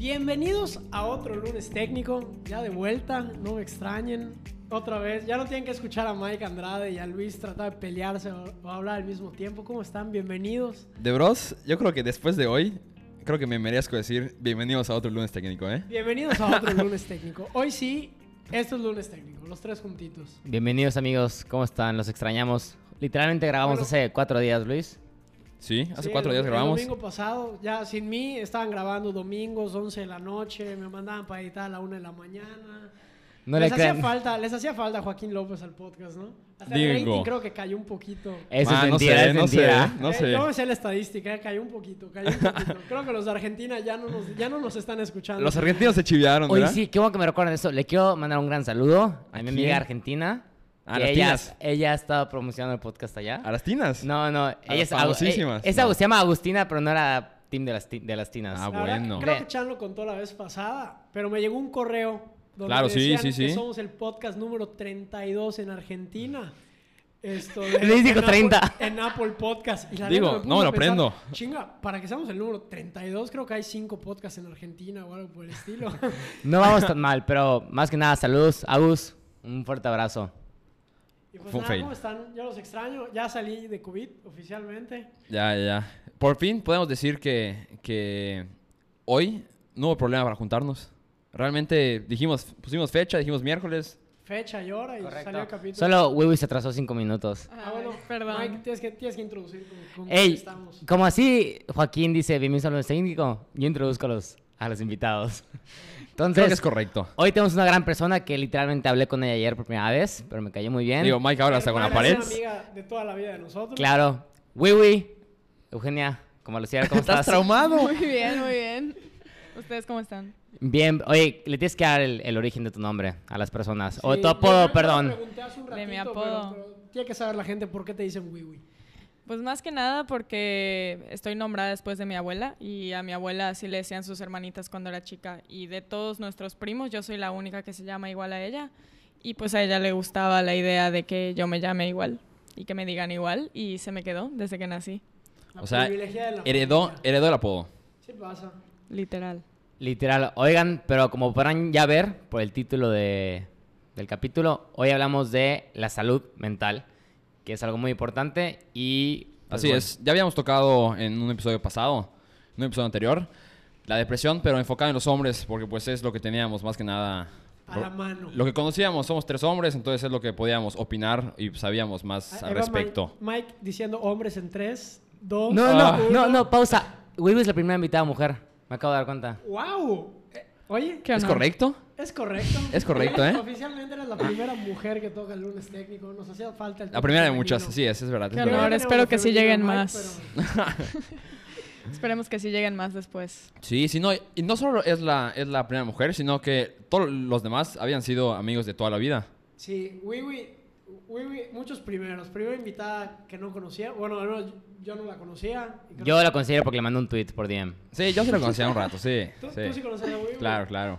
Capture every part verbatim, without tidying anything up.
Bienvenidos a otro lunes técnico, ya de vuelta, no me extrañen, otra vez, ya no tienen que escuchar a Mike Andrade y a Luis tratar de pelearse o, o hablar al mismo tiempo. ¿Cómo están? Bienvenidos. De bros, yo creo que después de hoy, creo que me merezco decir bienvenidos a otro lunes técnico, ¿eh? Bienvenidos a otro lunes técnico. Hoy sí, esto es lunes técnico, los tres juntitos. Bienvenidos amigos, ¿cómo están? Los extrañamos. Literalmente grabamos Bueno, hace cuatro días, Luis. Sí, hace Sí, cuatro el, días grabamos. El domingo pasado, ya sin mí, estaban grabando domingos, once de la noche, me mandaban para editar a la una de la mañana. No les, le hacía crean. falta, les hacía falta Joaquín López al podcast, ¿no? Hasta el Digo. rating creo que cayó un poquito. Eso Ah, es no mentira, sé, es no mentira. sé, no Eh, sé. Yo me sé la estadística, eh, cayó un poquito, cayó un poquito. Creo que los de Argentina ya no nos, ya no nos están escuchando. Los argentinos se chiviaron, Oye, ¿verdad? sí, qué bueno que me recuerdan eso. Le quiero mandar un gran saludo a mi ¿A amiga quién? argentina. ¿A que las ella, tinas? ella ha estado promocionando el podcast allá. ¿A las tinas? No, no, ella las es, Agu- famosísimas, eh, es no. Agu- se llama Agustina, pero no era team de las, ti- de las tinas. Ah, La verdad, bueno. Creo Ve. que Chan lo contó la vez pasada, pero me llegó un correo donde Claro, sí, decían sí, sí. que somos el podcast número treinta y dos en Argentina. Esto de, Luis dijo en treinta. Apple, en Apple Podcast. Y la Digo, neta puse no me a lo pensar, prendo. Chinga, para que seamos el número treinta y dos, creo que hay cinco podcasts en Argentina o algo por el estilo. No vamos tan mal, pero más que nada, saludos, Agus. Un fuerte abrazo. Y pues Fue un nada, fail. ¿cómo están? Yo los extraño. Ya salí de COVID oficialmente. Ya, ya, ya. Por fin podemos decir que, que hoy no hubo problema para juntarnos. Realmente dijimos, pusimos fecha, dijimos miércoles. Fecha y hora y salió el capítulo. Solo Wiwi se atrasó cinco minutos. Ah, bueno, perdón. Mike, tienes que, tienes que introducir con, con Ey, quién estamos. como así Joaquín dice, bienvenidos a lunes técnico, yo introduzco a los, a los invitados. Entonces, Creo que es correcto. hoy tenemos una gran persona que literalmente hablé con ella ayer por primera vez, pero me cayó muy bien. Digo, Mike ahora está con la Hermana, pared. es una amiga de toda la vida de nosotros. Claro. Wiwi, Eugenia, como Lucía, ¿cómo estás? ¿Estás traumado? Muy bien, muy bien. ¿Ustedes cómo están? Bien, oye, le tienes que dar el, el origen de tu nombre a las personas. o Sí, tu yo- apodo, yo- yo perdón. lo pregunté hace un De mi ratito, apodo. Pero, pero tiene que saber la gente por qué te dicen Wiwi. Pues más que nada porque estoy nombrada después de mi abuela y a mi abuela así le decían sus hermanitas cuando era chica. Y de todos nuestros primos yo soy la única que se llama igual a ella. Y pues a ella le gustaba la idea de que yo me llame igual y que me digan igual y se me quedó desde que nací, La O sea, privilegiada de la Heredó, familia. heredó el apodo. Sí pasa. literal. Literal. Oigan, pero como podrán ya ver por el título de, del capítulo, hoy hablamos de la salud mental, que es algo muy importante y... pues, Así bueno, es. Ya habíamos tocado en un episodio pasado, en un episodio anterior, la depresión, pero enfocada en los hombres, porque pues es lo que teníamos más que nada. A la mano. Lo que conocíamos, somos tres hombres, entonces es lo que podíamos opinar y sabíamos más Ahí al va respecto. Mike, Mike diciendo hombres en tres, dos, No, Ah. no, no, no, pausa. Wiwi es la primera invitada mujer. Me acabo de dar cuenta. ¡Wow! Eh, Oye, ¿Qué ¿Es honor. correcto? es correcto. Es correcto, ¿eh? Oficialmente eres la primera mujer que toca el lunes técnico. Nos hacía falta el La toque primera de femenino. muchas, sí, es, es verdad. Es Qué verdad. honor. Ya espero tenemos que sí femenino, lleguen Mike, más. pero- Esperemos que sí lleguen más después. Sí, sí, no, y no solo es la, es la primera mujer, sino que todos los demás habían sido amigos de toda la vida. Sí, Wiwi, Wiwi, muchos primeros. Primera invitada que no conocía. Bueno, al menos yo no la conocía. y creo Yo que- la considero porque le mandé un tweet por D M. Sí, yo sí lo conocía un rato, sí. ¿Tú sí. tú sí conoces a Wiwi? Claro, claro.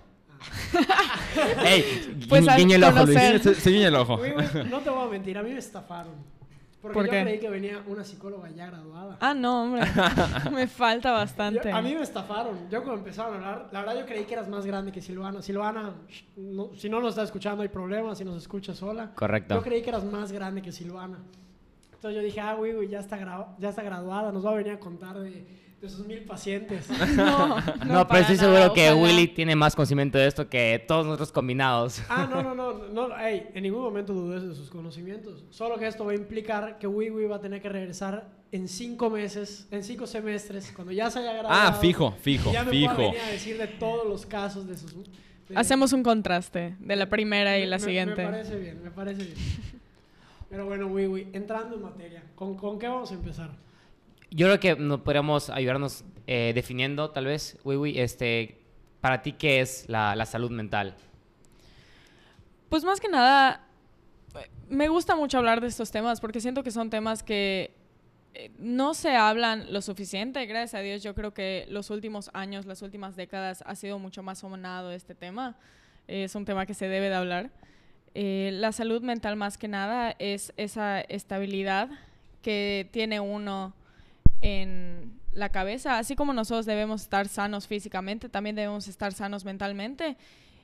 ¡Ey! Pues Guiño- al guiño el ojo, Luis. conocer- Se, se guiña el ojo. Wiwi, no te voy a mentir, a mí me estafaron. Porque ¿Por yo qué? creí que venía una psicóloga ya graduada. Ah, no, hombre. Me falta Yo- bastante. a mí me estafaron. Yo cuando empezaron a hablar, la verdad yo creí que eras más grande que Silvana. Silvana, sh, no- si no nos está escuchando hay problema, si nos escucha sola. Correcto. Yo creí que eras más grande que Silvana. Entonces yo dije, ah, güey, güey, ya está, gra- ya está graduada, nos va a venir a contar de, de sus mil pacientes. No, No, no, pero estoy para seguro nada, que ojalá. Willy tiene más conocimiento de esto que todos nosotros combinados. Ah, no, no, no, no, ey, en ningún momento dudé de sus conocimientos. Solo que esto va a implicar que Wiwi va a tener que regresar en cinco meses, en cinco semestres, cuando ya se haya graduado. Ah, fijo, fijo, y ya me fijo. pueda venir a decir de todos los casos de sus... de- Hacemos un contraste de la primera y Me- la me- siguiente. Me parece bien, me parece bien. Pero bueno, Wiwi, entrando en materia, ¿con, ¿con qué vamos a empezar? Yo creo que nos podríamos ayudarnos eh, definiendo, tal vez, Wiwi, este, para ti, ¿qué es la, la salud mental? Pues más que nada, eh, me gusta mucho hablar de estos temas porque siento que son temas que eh, no se hablan lo suficiente. Gracias a Dios, yo creo que los últimos años, las últimas décadas, ha sido mucho más sonado este tema. Eh, es un tema que se debe de hablar. Eh, la salud mental, más que nada, es esa estabilidad que tiene uno en la cabeza. Así como nosotros debemos estar sanos físicamente, también debemos estar sanos mentalmente.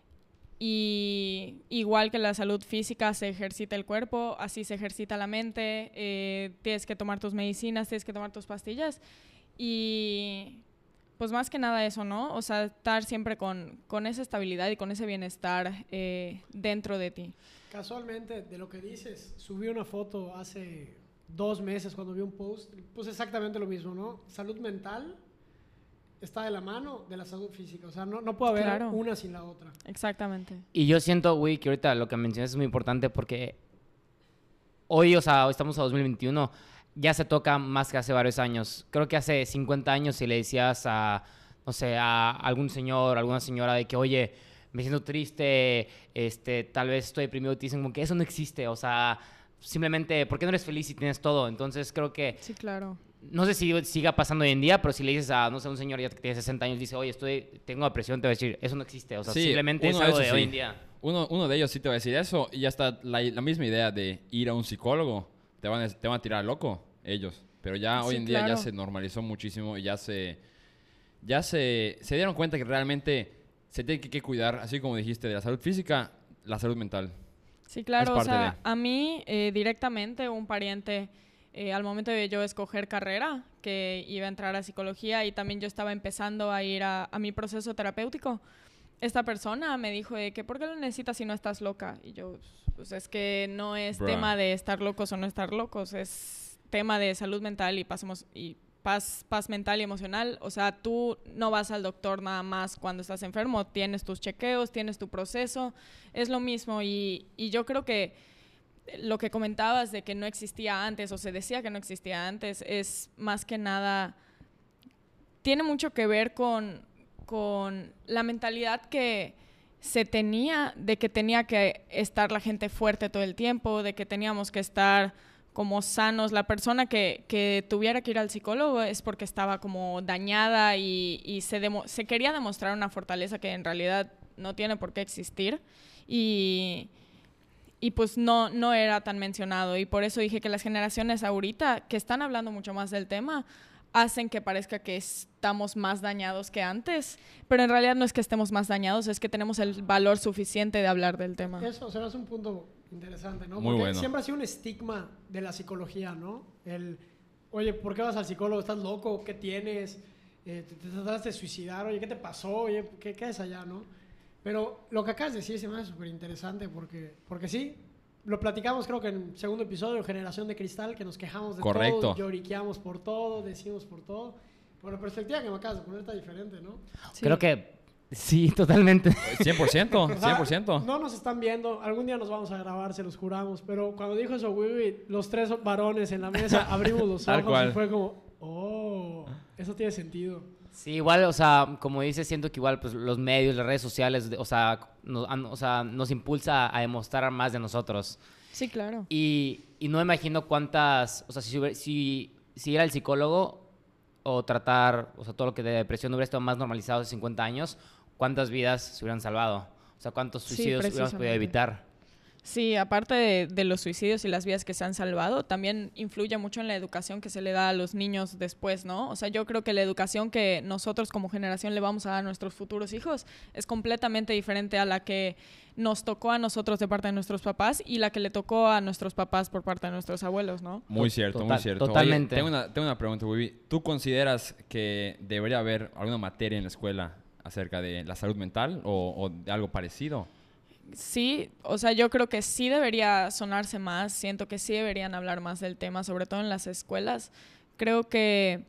Y igual que la salud física se ejercita el cuerpo, así se ejercita la mente. Eh, tienes que tomar tus medicinas, tienes que tomar tus pastillas. Y pues más que nada eso, ¿no? O sea, estar siempre con, con esa estabilidad y con ese bienestar eh, dentro de ti. Casualmente, de lo que dices, subí una foto hace dos meses cuando vi un post, puse exactamente lo mismo, ¿no? Salud mental está de la mano de la salud física. O sea, no, no puede haber Claro. una sin la otra. Exactamente. Y yo siento, güey, que ahorita lo que mencionas es muy importante porque hoy, o sea, hoy estamos a dos mil veintiuno, ya se toca más que hace varios años. Creo que hace cincuenta años si le decías a, no sé, a algún señor, alguna señora de que, oye, me siento triste, este, tal vez estoy deprimido, te dicen como que eso no existe, o sea, simplemente, ¿por qué no eres feliz si tienes todo? Entonces creo que, Sí, claro. no sé si siga pasando hoy en día, pero si le dices a, no sé, un señor ya que tiene sesenta años, dice, oye, estoy, tengo depresión, te va a decir, eso no existe, o sea, Sí, simplemente es uno de algo esos de sí. hoy en día. Uno, uno de ellos sí te va a decir eso y hasta la, la misma idea de ir a un psicólogo, te van a, te van a tirar loco ellos. Pero ya hoy Sí, en día claro. ya se normalizó muchísimo y ya se, ya se, se dieron cuenta que realmente se tiene que, que cuidar, así como dijiste, de la salud física, la salud mental. Sí, claro. Es O parte sea, de. a mí eh, directamente un pariente, eh, al momento de yo escoger carrera, que iba a entrar a psicología y también yo estaba empezando a ir a, a mi proceso terapéutico, esta persona me dijo de que ¿por qué lo necesitas si no estás loca? Y yo, pues es que no es Bruh. tema de estar locos o no estar locos, es tema de salud mental y pasamos y paz, paz mental y emocional. O sea, tú no vas al doctor nada más cuando estás enfermo, tienes tus chequeos, tienes tu proceso, es lo mismo. Y, y yo creo que lo que comentabas de que no existía antes o se decía que no existía antes es más que nada, tiene mucho que ver con, con la mentalidad que se tenía de que tenía que estar la gente fuerte todo el tiempo, de que teníamos que estar como sanos. La persona que, que tuviera que ir al psicólogo es porque estaba como dañada y, y se, demo, se quería demostrar una fortaleza que en realidad no tiene por qué existir. Y, y pues no, no era tan mencionado. Y por eso dije que las generaciones ahorita, que están hablando mucho más del tema, hacen que parezca que estamos más dañados que antes, pero en realidad no es que estemos más dañados, es que tenemos el valor suficiente de hablar del tema. Eso, o sea, es un punto interesante, ¿no? Muy Porque bueno. siempre ha sido un estigma de la psicología, ¿no? El, oye, ¿por qué vas al psicólogo? ¿Estás loco? ¿Qué tienes? Eh, ¿te, te trataste de suicidar? Oye, ¿qué te pasó? Oye, ¿qué, qué es allá, no? Pero lo que acabas de decir se me hace súper interesante porque, porque sí, lo platicamos creo que en el segundo episodio, Generación de Cristal, que nos quejamos de Correcto. todo, lloriqueamos por todo, decimos por todo. Pero la perspectiva que me acabas de poner está diferente, ¿no? Sí. Creo que sí, totalmente. cien por ciento, O sea, cien por ciento. No nos están viendo, algún día nos vamos a grabar, se los juramos, pero cuando dijo eso Wiwi, los tres varones en la mesa abrimos los Tal ojos cual. y fue como, oh, eso tiene sentido. Sí, igual, o sea, como dices, siento que igual pues, los medios, las redes sociales, o sea, nos, han- o sea, nos impulsa a demostrar más de nosotros. Sí, claro. Y, y no me imagino cuántas, o sea, si, hubiera- si, si ir al psicólogo o tratar, o sea, todo lo que de depresión hubiera estado más normalizado hace cincuenta años, ¿cuántas vidas se hubieran salvado? O sea, ¿cuántos Sí, suicidios hubiéramos podido precisamente. evitar? Sí, aparte de, de los suicidios y las vidas que se han salvado, también influye mucho en la educación que se le da a los niños después, ¿no? O sea, yo creo que la educación que nosotros como generación le vamos a dar a nuestros futuros hijos es completamente diferente a la que nos tocó a nosotros de parte de nuestros papás y la que le tocó a nuestros papás por parte de nuestros abuelos, ¿no? Muy cierto, muy Total- cierto. Oye, totalmente. tengo, una, tengo una pregunta, Wibi. ¿Tú consideras que debería haber alguna materia en la escuela acerca de la salud mental o, o de algo parecido? Sí, o sea, yo creo que sí debería sonarse más, siento que sí deberían hablar más del tema, sobre todo en las escuelas. Creo que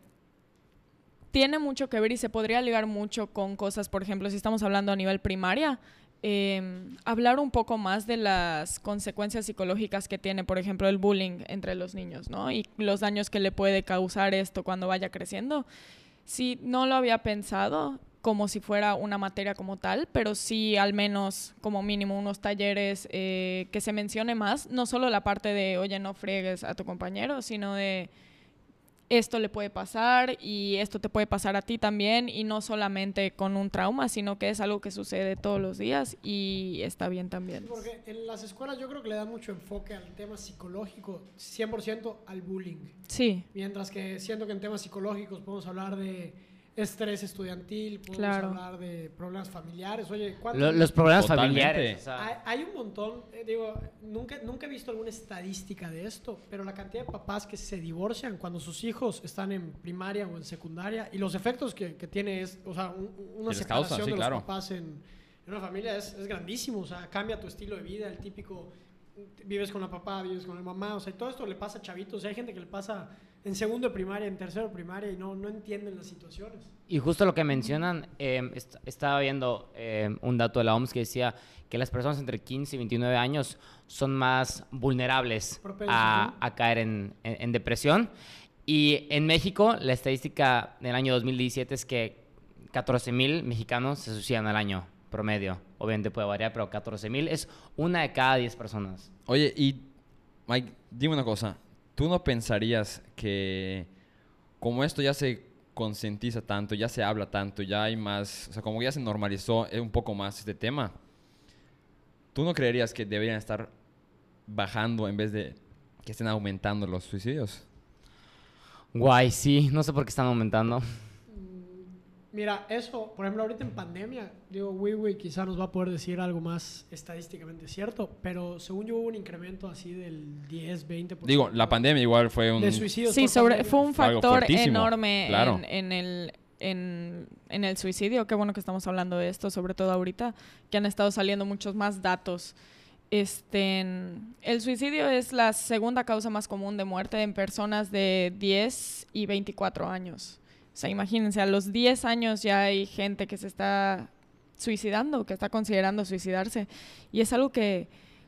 tiene mucho que ver y se podría ligar mucho con cosas, por ejemplo, si estamos hablando a nivel primaria, eh, hablar un poco más de las consecuencias psicológicas que tiene, por ejemplo, el bullying entre los niños, ¿no? Y los daños que le puede causar esto cuando vaya creciendo. Sí, no lo había pensado como si fuera una materia como tal, pero sí al menos como mínimo unos talleres eh, que se mencione más, no solo la parte de, oye, no friegues a tu compañero, sino de esto le puede pasar y esto te puede pasar a ti también, y no solamente con un trauma, sino que es algo que sucede todos los días y está bien también. Porque en las escuelas yo creo que le dan mucho enfoque al tema psicológico, cien por ciento al bullying. Sí. Mientras que siento que en temas psicológicos podemos hablar de estrés estudiantil, podemos Claro. hablar de problemas familiares. Oye, ¿cuánto? Lo- los problemas Totalmente. familiares. o sea, Hay, hay un montón, eh, digo, nunca, nunca he visto alguna estadística de esto, pero la cantidad de papás que se divorcian cuando sus hijos están en primaria o en secundaria y los efectos que, que tiene es, o sea, un- una Que les separación causa, sí, de claro. los papás en, en una familia es, es grandísimo, o sea, cambia tu estilo de vida, el típico, vives con la papá, vives con la mamá, o sea, y todo esto le pasa a chavitos, o sea, hay gente que le pasa en segundo de primaria, en tercero de primaria y no, no entienden las situaciones. Y justo lo que mencionan, eh, est- estaba viendo eh, un dato de la O M S que decía que las personas entre quince y veintinueve años son más vulnerables Propensos, a, ¿no? a caer en, en- en depresión. Y en México, la estadística del año dos mil diecisiete es que catorce mil mexicanos se suicidan al año promedio. Obviamente puede variar, pero catorce mil es una de cada diez personas. Oye, y Mike, dime una cosa. ¿Tú no pensarías que como esto ya se concientiza tanto, ya se habla tanto, ya hay más, o sea, como ya se normalizó eh, un poco más este tema, ¿tú no creerías que deberían estar bajando en vez de que estén aumentando los suicidios? Guay, sí, no sé por qué están aumentando. Mira, eso, por ejemplo, ahorita en pandemia, digo, Wiwi quizá nos va a poder decir algo más estadísticamente cierto, pero según yo hubo un incremento así del diez, veinte por ciento. Digo, la pandemia igual fue un... de suicidios. Sí, por sobre, pandemia. fue un Fue algo factor fuertísimo, enorme claro. en, en el, en, en el suicidio. Qué bueno que estamos hablando de esto, sobre todo ahorita, que han estado saliendo muchos más datos. Este, el suicidio es la segunda causa más común de muerte en personas de diez y veinticuatro años. O sea, imagínense, a los diez años ya hay gente que se está suicidando, que está considerando suicidarse. Y es algo que,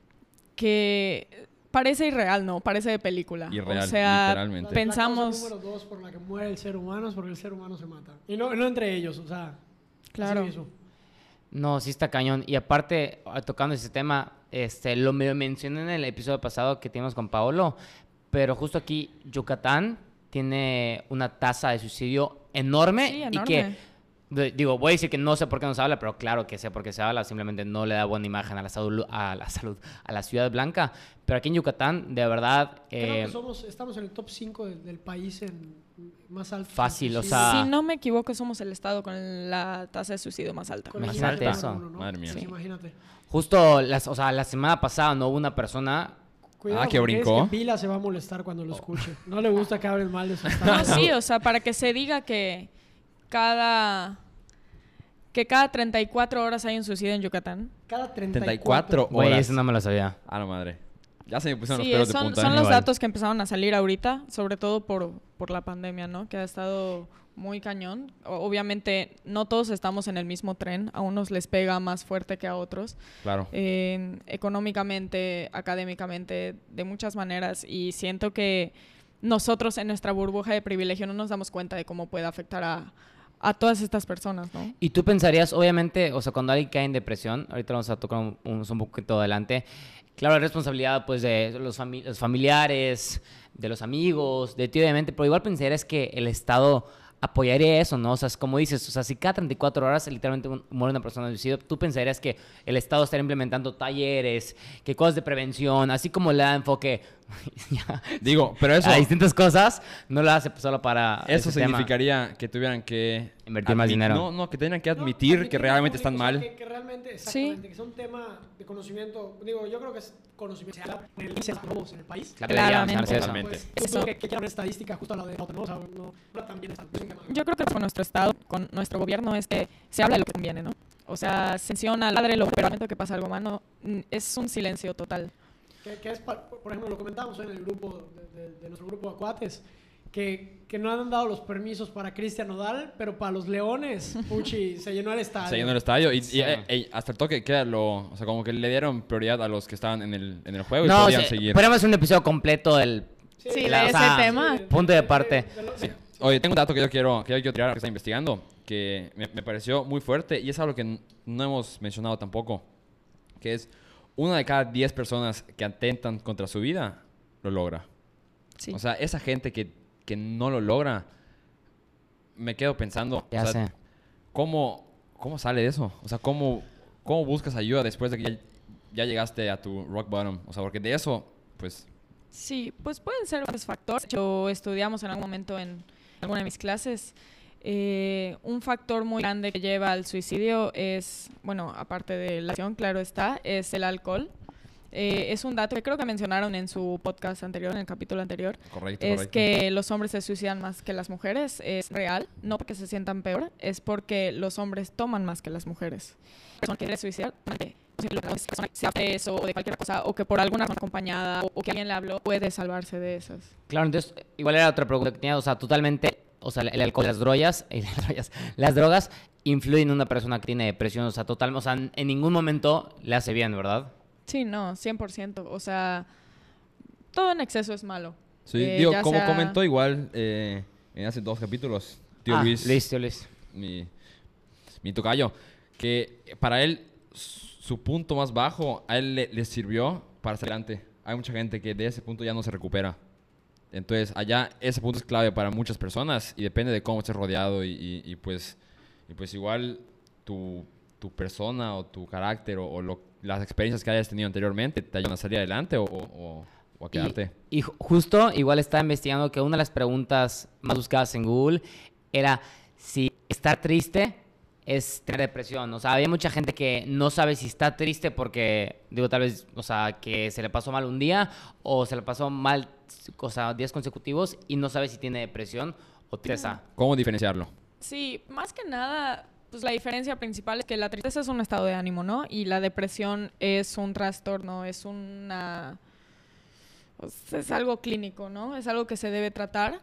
que parece irreal, ¿no? Parece de película. Irreal, o sea, literalmente. La- pensamos... La causa número dos por la que muere el ser humano es porque el ser humano se mata. Y no, no entre ellos, o sea. Claro. así mismo. No, sí está cañón. Y aparte, ah, tocando ese tema, este, lo me- mencioné en el episodio pasado que tuvimos con Paolo, pero justo aquí Yucatán tiene una tasa de suicidio enorme. Sí, Y enorme. que, de- digo, voy a decir que no sé por qué no se habla, pero claro que sé por qué se habla, simplemente no le da buena imagen a la salud, a la, salud, a la ciudad blanca. Pero aquí en Yucatán, de verdad... Creo eh, que somos, estamos en el top cinco del, del país en más alto. Fácil, o Sí, sea- Si no me equivoco, somos el estado con la tasa de suicidio más alta. con el imagínate número eso. uno, ¿no? Madre mía. Sí, Sí. imagínate. Justo, las, o sea, la semana pasada no hubo una persona... Cuidado, Ah, que porque brincó. Es que Pila se va a molestar cuando lo escuche. No le gusta que hablen mal de su No, estado. sí, o sea, para que se diga que cada que cada treinta y cuatro horas hay un suicidio en Yucatán. Cada treinta y treinta y cuatro. cuatro Güey, horas. eso no me lo sabía. A la madre. Ya se me pusieron Sí, los pelos de son, punta. son ¿eh? los Igual. datos que empezaron a salir ahorita, sobre todo por, por la pandemia, ¿no? Que ha estado muy cañón. O- obviamente, no todos estamos en el mismo tren. A unos les pega más fuerte que a otros. Claro. eh, económicamente, académicamente, de muchas maneras. Y siento que nosotros en nuestra burbuja de privilegio no nos damos cuenta de cómo puede afectar a, a todas estas personas, ¿no? Y tú pensarías, obviamente, o sea, cuando alguien cae en depresión, ahorita vamos a tocar un, un, un poquito adelante, claro, hay responsabilidad pues de los, fami- los familiares, de los amigos, de ti obviamente, pero igual pensarías que el Estado apoyaría eso, ¿no? O sea, es como dices, o sea, si cada treinta y cuatro horas literalmente un- muere una persona de suicidio, tú pensarías que el Estado estaría implementando talleres, que cosas de prevención, así como le da enfoque ya, Digo, pero eso... a distintas cosas, no lo hace solo para Eso ese tema. significaría que tuvieran que... Invertir más admi- dinero. No, no, que tendrían que No, admitir que realmente público, están o sea, mal. Que, que realmente, Sí. exactamente, que sea un tema de conocimiento. Digo, yo creo que es conocimiento. Se habla en el índice de robos en el país. Claro, deberíamos Claramente. hacer eso. Totalmente. Pues, Eso. eso. Que, que quiera una estadística justo a la de la otra, ¿no? O sea, no, no también está. Es un tema. Yo creo que con nuestro Estado, con nuestro gobierno, es que se habla de lo que conviene, ¿no? O sea, se menciona, ladre, lo pero al momento que pasa algo malo, mm, es un silencio total. Que, que es, pa- por ejemplo, lo comentamos en el grupo, de, de- de nuestro grupo de acuates, que, que no han dado los permisos para Cristian Nodal, pero para los Leones, puchi, se llenó el estadio. Se llenó el estadio y, y, Sí. eh, eh, hasta el toque queda lo... O sea, como que le dieron prioridad a los que estaban en el, en el juego y No, podían sí, seguir. podríamos hacer un episodio completo del... Sí, la- de o ese sea, tema. punto de aparte. lo- Sí. Oye, tengo un dato que yo quiero, que yo quiero tirar, que está investigando, que me, me pareció muy fuerte y es algo que n- no hemos mencionado tampoco, que es una de cada diez personas que atentan contra su vida lo logra. Sí. O sea, esa gente que que no lo logra, me quedo pensando, Ya o sea, sé. ¿cómo, ¿cómo sale de eso? O sea, ¿cómo, ¿cómo buscas ayuda después de que ya, ya llegaste a tu rock bottom? O sea, porque de eso, pues... Sí, pues pueden ser varios factores. Yo estudiamos en algún momento en alguna de mis clases. Eh, un factor muy grande que lleva al suicidio es, bueno, aparte de la acción, claro está, es el alcohol. Eh, es un dato que creo que mencionaron en su podcast anterior, en el capítulo anterior. Correcto, Es correcto. que los hombres se suicidan más que las mujeres. Es real, no porque se sientan peor, es porque los hombres toman más que las mujeres. La persona que quiere suicidar, sea preso o de cualquier cosa, o que por alguna razón acompañada, o, o que alguien le habló, puede salvarse de esas. Claro, entonces, igual era otra pregunta que tenía, o sea, totalmente, o sea, el alcohol, las drogas, eh, las drogas, las drogas influyen en una persona que tiene depresión, o sea, total, o sea, en ningún momento le hace bien, ¿verdad? Sí, no, cien por ciento. O sea, todo en exceso es malo. Sí, Eh, digo, ya como sea- comentó igual eh, en hace dos capítulos, tío Ah, Luis, Luis, tío Luis. mi, mi tocayo, que para él su punto más bajo a él le, le sirvió para salir adelante. Hay mucha gente que de ese punto ya no se recupera. Entonces, allá ese punto es clave para muchas personas y depende de cómo estés rodeado y, y, y pues, y pues igual tu, tu persona o tu carácter o, o lo, las experiencias que hayas tenido anteriormente te ayudan a salir adelante o, o, o a quedarte. Y, y ju- justo, igual estaba investigando que una de las preguntas más buscadas en Google era si estar triste es tener depresión. O sea, había mucha gente que no sabe si está triste porque, digo, tal vez, o sea, que se le pasó mal un día o se le pasó mal, o sea, días consecutivos y no sabe si tiene depresión o tristeza. ¿Cómo diferenciarlo? Sí, más que nada, pues la diferencia principal es que la tristeza es un estado de ánimo, ¿no? Y la depresión es un trastorno, es una... pues, es algo clínico, ¿no? Es algo que se debe tratar.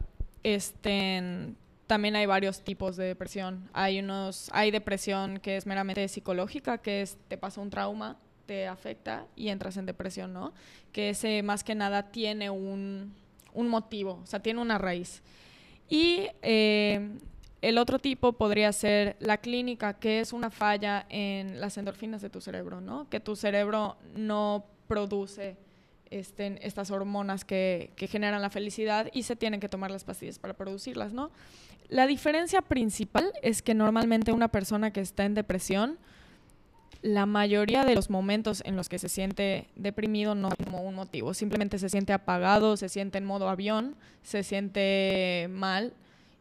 Este, también hay varios tipos de depresión. Hay unos, hay depresión que es meramente psicológica, que es te pasa un trauma, te afecta y entras en depresión, ¿no? Que ese más que nada tiene un, un motivo, o sea, tiene una raíz. Y eh, el otro tipo podría ser la clínica, que es una falla en las endorfinas de tu cerebro, ¿no? Que tu cerebro no produce este, estas hormonas que, que generan la felicidad y se tienen que tomar las pastillas para producirlas, ¿no? La diferencia principal es que normalmente una persona que está en depresión, la mayoría de los momentos en los que se siente deprimido no hay como un motivo, simplemente se siente apagado, se siente en modo avión, se siente mal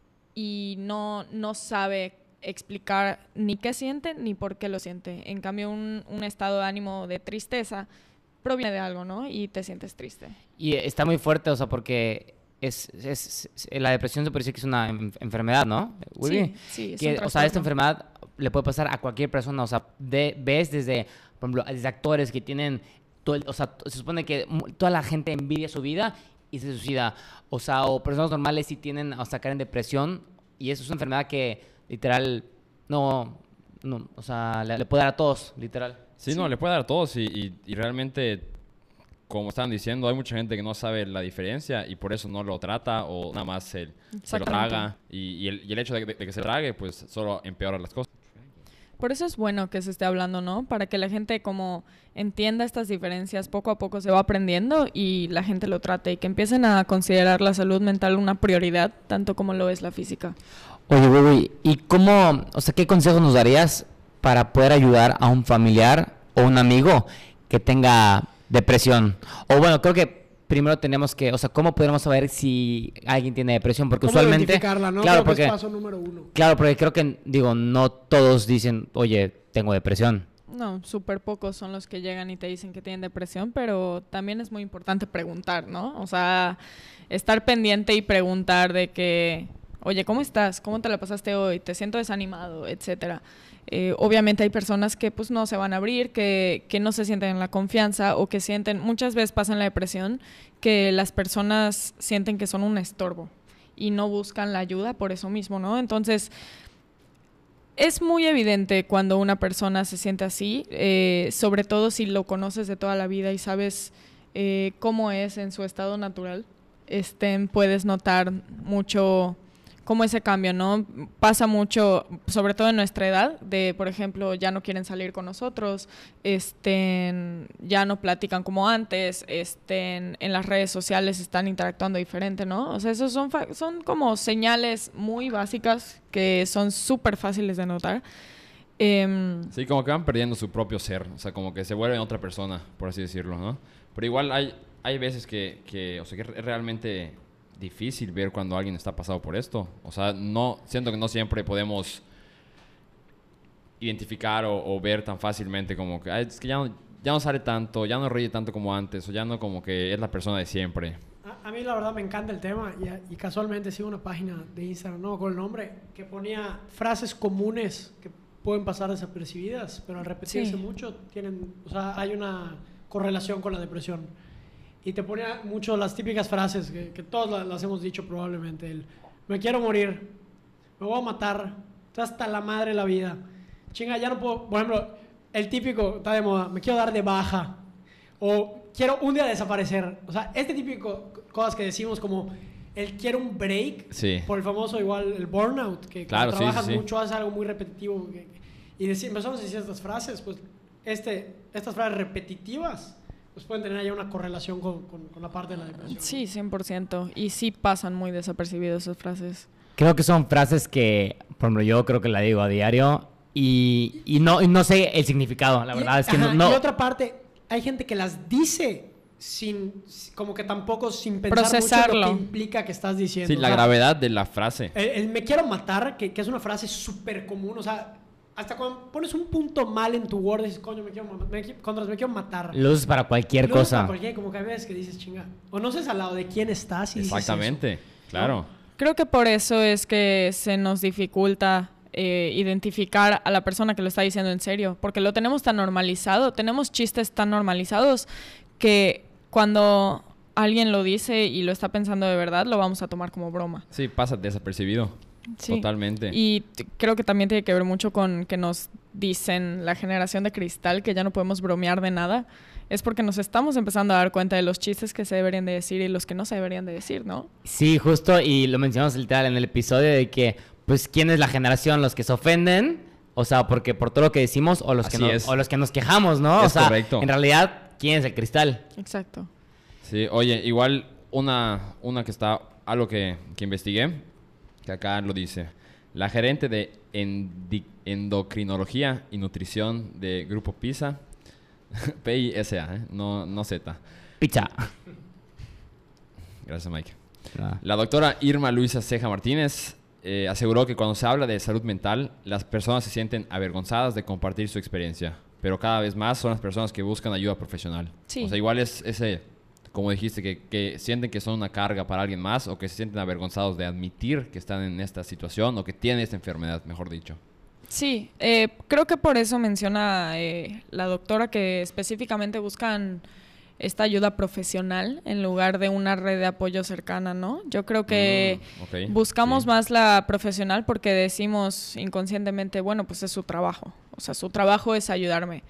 y no, no sabe explicar ni qué siente ni por qué lo siente. En cambio, un, un estado de ánimo de tristeza proviene de algo, ¿no? Y te sientes triste. Y está muy fuerte, o sea, porque es, es, es- la depresión se puede decir que es una en- enfermedad, ¿no? Willy? Sí, sí, es Que, un o sea, esta trastorno. enfermedad le puede pasar a cualquier persona. O sea, de- ves desde, por ejemplo, desde actores que tienen, todo el- o sea, se supone que mu- toda la gente envidia su vida y se suicida. O sea, o personas normales sí tienen a caer en depresión y eso es una enfermedad que literal no, no o sea, le, le puede dar a todos, literal. Sí, no, le puede dar a todos y, y, y realmente, como estaban diciendo, hay mucha gente que no sabe la diferencia y por eso no lo trata o nada más se, se lo Exactamente. traga y, y, el, y el hecho de, de que se trague, pues solo empeora las cosas. Por eso es bueno que se esté hablando, ¿no? Para que la gente como entienda estas diferencias, poco a poco se va aprendiendo y la gente lo trate y que empiecen a considerar la salud mental una prioridad, tanto como lo es la física. Oye, Willy, ¿y cómo, o sea, qué consejos nos darías para poder ayudar a un familiar o un amigo que tenga depresión? O bueno, creo que primero tenemos que, o sea, ¿cómo podemos saber si alguien tiene depresión? Porque ¿Cómo usualmente... identificarla, no? Claro, Creo que porque, es paso número uno. claro, porque creo que, digo, no todos dicen, oye, tengo depresión. No, súper pocos son los que llegan y te dicen que tienen depresión, pero también es muy importante preguntar, ¿no? O sea, estar pendiente y preguntar de que, oye, ¿cómo estás? ¿Cómo te la pasaste hoy? ¿Te siento desanimado? Etcétera. Eh, obviamente hay personas que pues no se van a abrir, que, que no se sienten en la confianza o que sienten, muchas veces pasa en la depresión, que las personas sienten que son un estorbo y no buscan la ayuda por eso mismo, ¿no? Entonces, es muy evidente cuando una persona se siente así, eh, sobre todo si lo conoces de toda la vida y sabes eh, cómo es en su estado natural, este, puedes notar mucho como ese cambio, ¿no? Pasa mucho, sobre todo en nuestra edad, de, por ejemplo, ya no quieren salir con nosotros, este, ya no platican como antes, este, en las redes sociales están interactuando diferente, ¿no? O sea, esos son, son como señales muy básicas que son súper fáciles de notar. Eh, sí, como que van perdiendo su propio ser, o sea, como que se vuelven otra persona, por así decirlo, ¿no? Pero igual hay, hay veces que, que, o sea, que es realmente difícil ver cuando alguien está pasado por esto. O sea, no, siento que no siempre podemos identificar o, o ver tan fácilmente como que, ay, es que ya no, ya no sale tanto, ya no ríe tanto como antes, o ya no como que es la persona de siempre. A, a mí la verdad me encanta el tema y, y casualmente sigo una página de Instagram, no con el nombre, que ponía frases comunes que pueden pasar desapercibidas, pero al repetirse sí. mucho tienen, o sea, hay una correlación con la depresión. Y te ponía mucho las típicas frases que, que todos las, las hemos dicho probablemente. El, me quiero morir, me voy a matar, estoy hasta la madre de la vida. Chinga, ya no puedo, por ejemplo, el típico, está de moda, me quiero dar de baja. O quiero un día desaparecer. O sea, este típico cosas que decimos como el quiero un break. Sí. Por el famoso igual, el burnout, que claro, cuando sí, trabajas sí, sí. mucho haces algo muy repetitivo. Que, y dec- empezamos a decir estas frases, pues este, estas frases repetitivas pues pueden tener ya una correlación con, con, con la parte de la depresión. Sí, cien por ciento. Y sí pasan muy desapercibidas esas frases. Creo que son frases que, por ejemplo, yo creo que la digo a diario y, y, no, y no sé el significado, la verdad y, es que ajá, no, no... Y otra parte, hay gente que las dice sin, como que tampoco sin pensar Procesarlo. mucho lo que implica que estás diciendo. Sí, O la sea, gravedad de la frase. El, el me quiero matar, que, que es una frase súper común, o sea, hasta cuando pones un punto mal en tu Word, dices, coño, me quiero, ma- me, qui- contras, me quiero matar. Lo usas para cualquier Y luego cosa. para cualquier, como que hay veces que dices, chinga. O no sé al lado de quién estás y dices Exactamente, eso. claro. Creo que por eso es que se nos dificulta eh, identificar a la persona que lo está diciendo en serio, porque lo tenemos tan normalizado, tenemos chistes tan normalizados que cuando alguien lo dice y lo está pensando de verdad, lo vamos a tomar como broma. Sí, pasa desapercibido. Sí. Totalmente. Y t- creo que también tiene que ver mucho con que nos dicen la generación de cristal que ya no podemos bromear de nada. Es porque nos estamos empezando a dar cuenta de los chistes que se deberían de decir y los que no se deberían de decir, ¿no? Sí, justo, y lo mencionamos literal en el episodio de que, pues, ¿quién es la generación? ¿Los que se ofenden? O sea, porque por todo lo que decimos, o los, que, Así no- es. o los que nos quejamos, ¿no? Es o sea, correcto. en realidad, ¿quién es el cristal? Exacto. Sí, oye, igual una, una que está, algo que, que investigué, que acá lo dice. La gerente de endi- endocrinología y nutrición de Grupo PISA, P I S A, ¿eh? no, no Z. Pizza. Gracias, Mike. Ah. La doctora Irma Luisa Ceja Martínez eh, aseguró que cuando se habla de salud mental, las personas se sienten avergonzadas de compartir su experiencia, pero cada vez más son las personas que buscan ayuda profesional. Sí. O sea, igual es ese, como dijiste, que, que sienten que son una carga para alguien más o que se sienten avergonzados de admitir que están en esta situación o que tienen esta enfermedad, mejor dicho. Sí, eh, creo que por eso menciona eh, la doctora que específicamente buscan esta ayuda profesional en lugar de una red de apoyo cercana, ¿no? Yo creo que Mm, ok, buscamos sí. más la profesional porque decimos inconscientemente, bueno, pues es su trabajo. O sea, su trabajo es ayudarme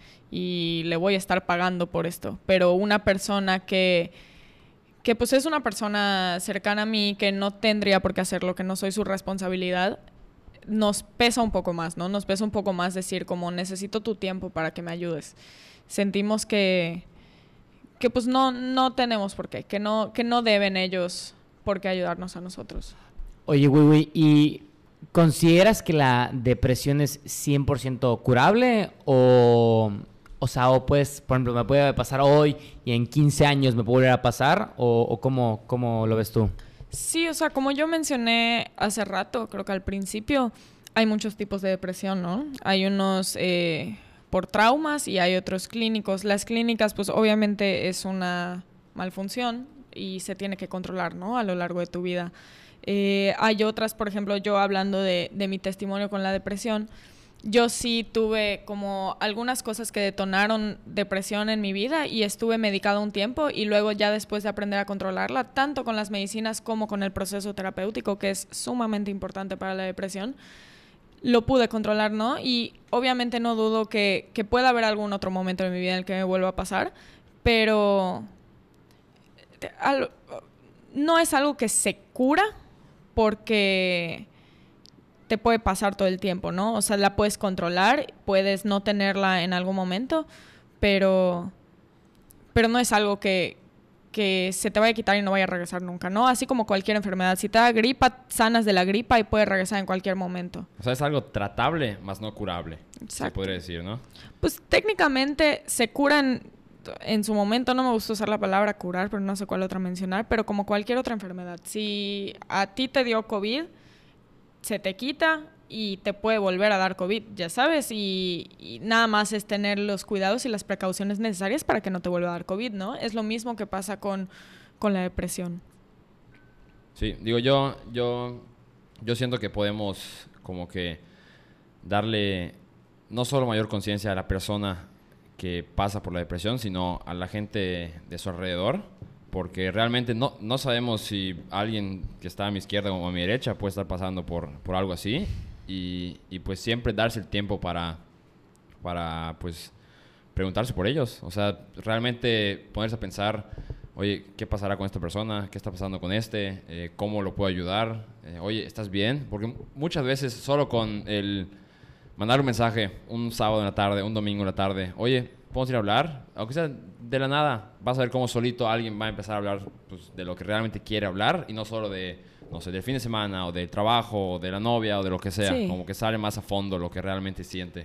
y le voy a estar pagando por esto. Pero una persona que, que pues es una persona cercana a mí, que no tendría por qué hacerlo, que no soy su responsabilidad, nos pesa un poco más, ¿no? Nos pesa un poco más decir como necesito tu tiempo para que me ayudes. Sentimos que, que pues no, no tenemos por qué, que no, que no deben ellos por qué ayudarnos a nosotros. Oye, Wiwi, ¿y consideras que la depresión es cien por ciento curable? O, o sea, o pues, por ejemplo, me puede pasar hoy y en quince años me puede volver a pasar, o, o cómo, cómo lo ves tú? Sí, o sea, como yo mencioné hace rato, creo que al principio, hay muchos tipos de depresión, ¿no? Hay unos eh, por traumas y hay otros clínicos. Las clínicas, pues obviamente es una malfunción y se tiene que controlar, ¿no? A lo largo de tu vida. Eh, hay otras, por ejemplo, yo hablando de, de mi testimonio con la depresión, yo sí tuve como algunas cosas que detonaron depresión en mi vida y estuve medicada un tiempo y luego ya después de aprender a controlarla, tanto con las medicinas como con el proceso terapéutico, que es sumamente importante para la depresión, lo pude controlar, ¿no? Y obviamente no dudo que, que pueda haber algún otro momento en mi vida en el que me vuelva a pasar, pero al- no es algo que se cura, porque te puede pasar todo el tiempo, ¿no? O sea, la puedes controlar, puedes no tenerla en algún momento, pero, pero no es algo que, que se te vaya a quitar y no vaya a regresar nunca, ¿no? Así como cualquier enfermedad. Si te da gripa, sanas de la gripa y puedes regresar en cualquier momento. O sea, es algo tratable, más no curable. Exacto. Se podría decir, ¿no? Pues técnicamente se curan en su momento, no me gusta usar la palabra curar, pero no sé cuál otra mencionar, pero como cualquier otra enfermedad. Si a ti te dio COVID, se te quita y te puede volver a dar COVID, ya sabes, y, y nada más es tener los cuidados y las precauciones necesarias para que no te vuelva a dar COVID, ¿no? Es lo mismo que pasa con, con la depresión. Sí, digo, yo, yo, yo siento que podemos como que darle no solo mayor conciencia a la persona que pasa por la depresión, sino a la gente de su alrededor, porque realmente no, no sabemos si alguien que está a mi izquierda o a mi derecha puede estar pasando por, por algo así, y, y pues siempre darse el tiempo para, para pues preguntarse por ellos, o sea, realmente ponerse a pensar, oye, ¿qué pasará con esta persona? ¿Qué está pasando con este? Eh, ¿Cómo lo puedo ayudar? Eh, oye, ¿estás bien? Porque muchas veces solo con el mandar un mensaje un sábado en la tarde, un domingo en la tarde, oye, ¿podemos ir a hablar? Aunque sea de la nada, vas a ver cómo solito alguien va a empezar a hablar pues, de lo que realmente quiere hablar y no solo de, no sé, del fin de semana o del trabajo o de la novia o de lo que sea. Sí. Como que sale más a fondo lo que realmente siente.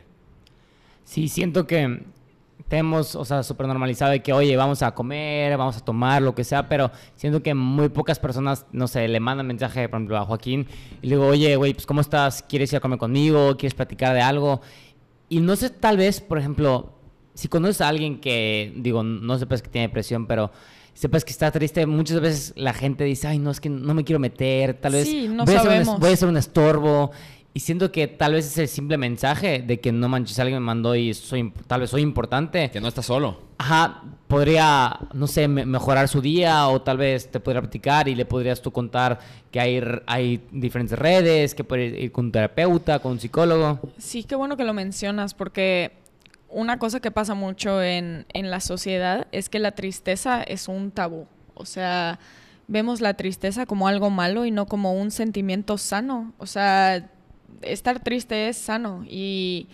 Sí, siento que tenemos, o sea, súper normalizado de que, oye, vamos a comer, vamos a tomar, lo que sea, pero siento que muy pocas personas, no sé, le mandan mensaje, por ejemplo, a Joaquín y le digo, oye, güey, pues, ¿cómo estás? ¿Quieres ir a comer conmigo? ¿Quieres platicar de algo? Y no sé, tal vez, por ejemplo, si conoces a alguien que, digo, no sepas que tiene depresión, pero sepas que está triste, muchas veces la gente dice, ay, no, es que no me quiero meter, tal vez sí, no voy, a sabemos. un, voy a ser un estorbo. Y siento que tal vez es el simple mensaje de que no manches, alguien me mandó y soy, tal vez soy importante. Que no estás solo. Ajá, podría, no sé, me mejorar su día o tal vez te podría platicar y le podrías tú contar que hay, hay diferentes redes, que puedes ir con un terapeuta, con un psicólogo. Sí, qué bueno que lo mencionas porque una cosa que pasa mucho en, en la sociedad es que la tristeza es un tabú. O sea, vemos la tristeza como algo malo y no como un sentimiento sano. O sea, estar triste es sano. Y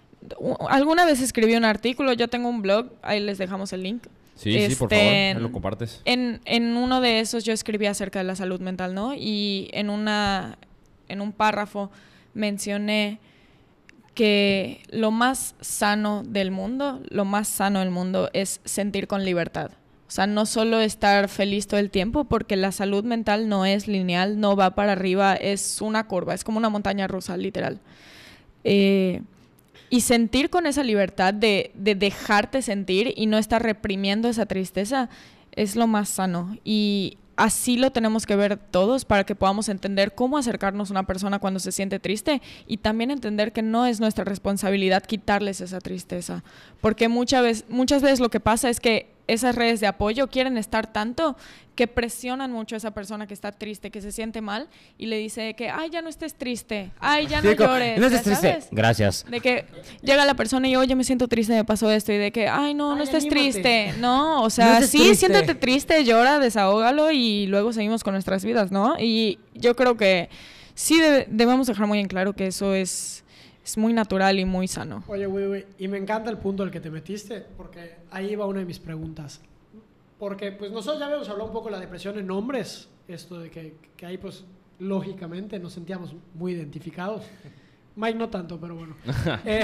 alguna vez escribí un artículo, yo tengo un blog, ahí les dejamos el link. Sí, este, sí, por favor, ahí lo compartes. En, en uno de esos yo escribí acerca de la salud mental, ¿no? Y en, una, en un párrafo mencioné que lo más sano del mundo, lo más sano del mundo es sentir con libertad. O sea, no solo estar feliz todo el tiempo, porque la salud mental no es lineal, no va para arriba, es una curva, es como una montaña rusa, literal. Eh, y sentir con esa libertad de, de dejarte sentir y no estar reprimiendo esa tristeza es lo más sano. Y así lo tenemos que ver todos para que podamos entender cómo acercarnos a una persona cuando se siente triste y también entender que no es nuestra responsabilidad quitarles esa tristeza. Porque muchas veces, muchas veces lo que pasa es que esas redes de apoyo quieren estar tanto que presionan mucho a esa persona que está triste, que se siente mal y le dice que, ay, ya no estés triste, ay, ya no llores. No estés triste. ¿Sabes? Gracias. De que llega la persona y, oye, me siento triste, me pasó esto, y de que, ay, no, no Ay, estés anímate. triste. No, o sea, No estés sí, triste. siéntate triste, llora, desahógalo y luego seguimos con nuestras vidas, ¿no? Y yo creo que sí debe- debemos dejar muy en claro que eso es, es muy natural y muy sano. Oye, güey, güey, y me encanta el punto al que te metiste, porque ahí va una de mis preguntas. Porque, pues, nosotros ya habíamos hablado un poco de la depresión en hombres, esto de que, que ahí, pues, lógicamente nos sentíamos muy identificados. Mike no tanto, pero bueno. Eh,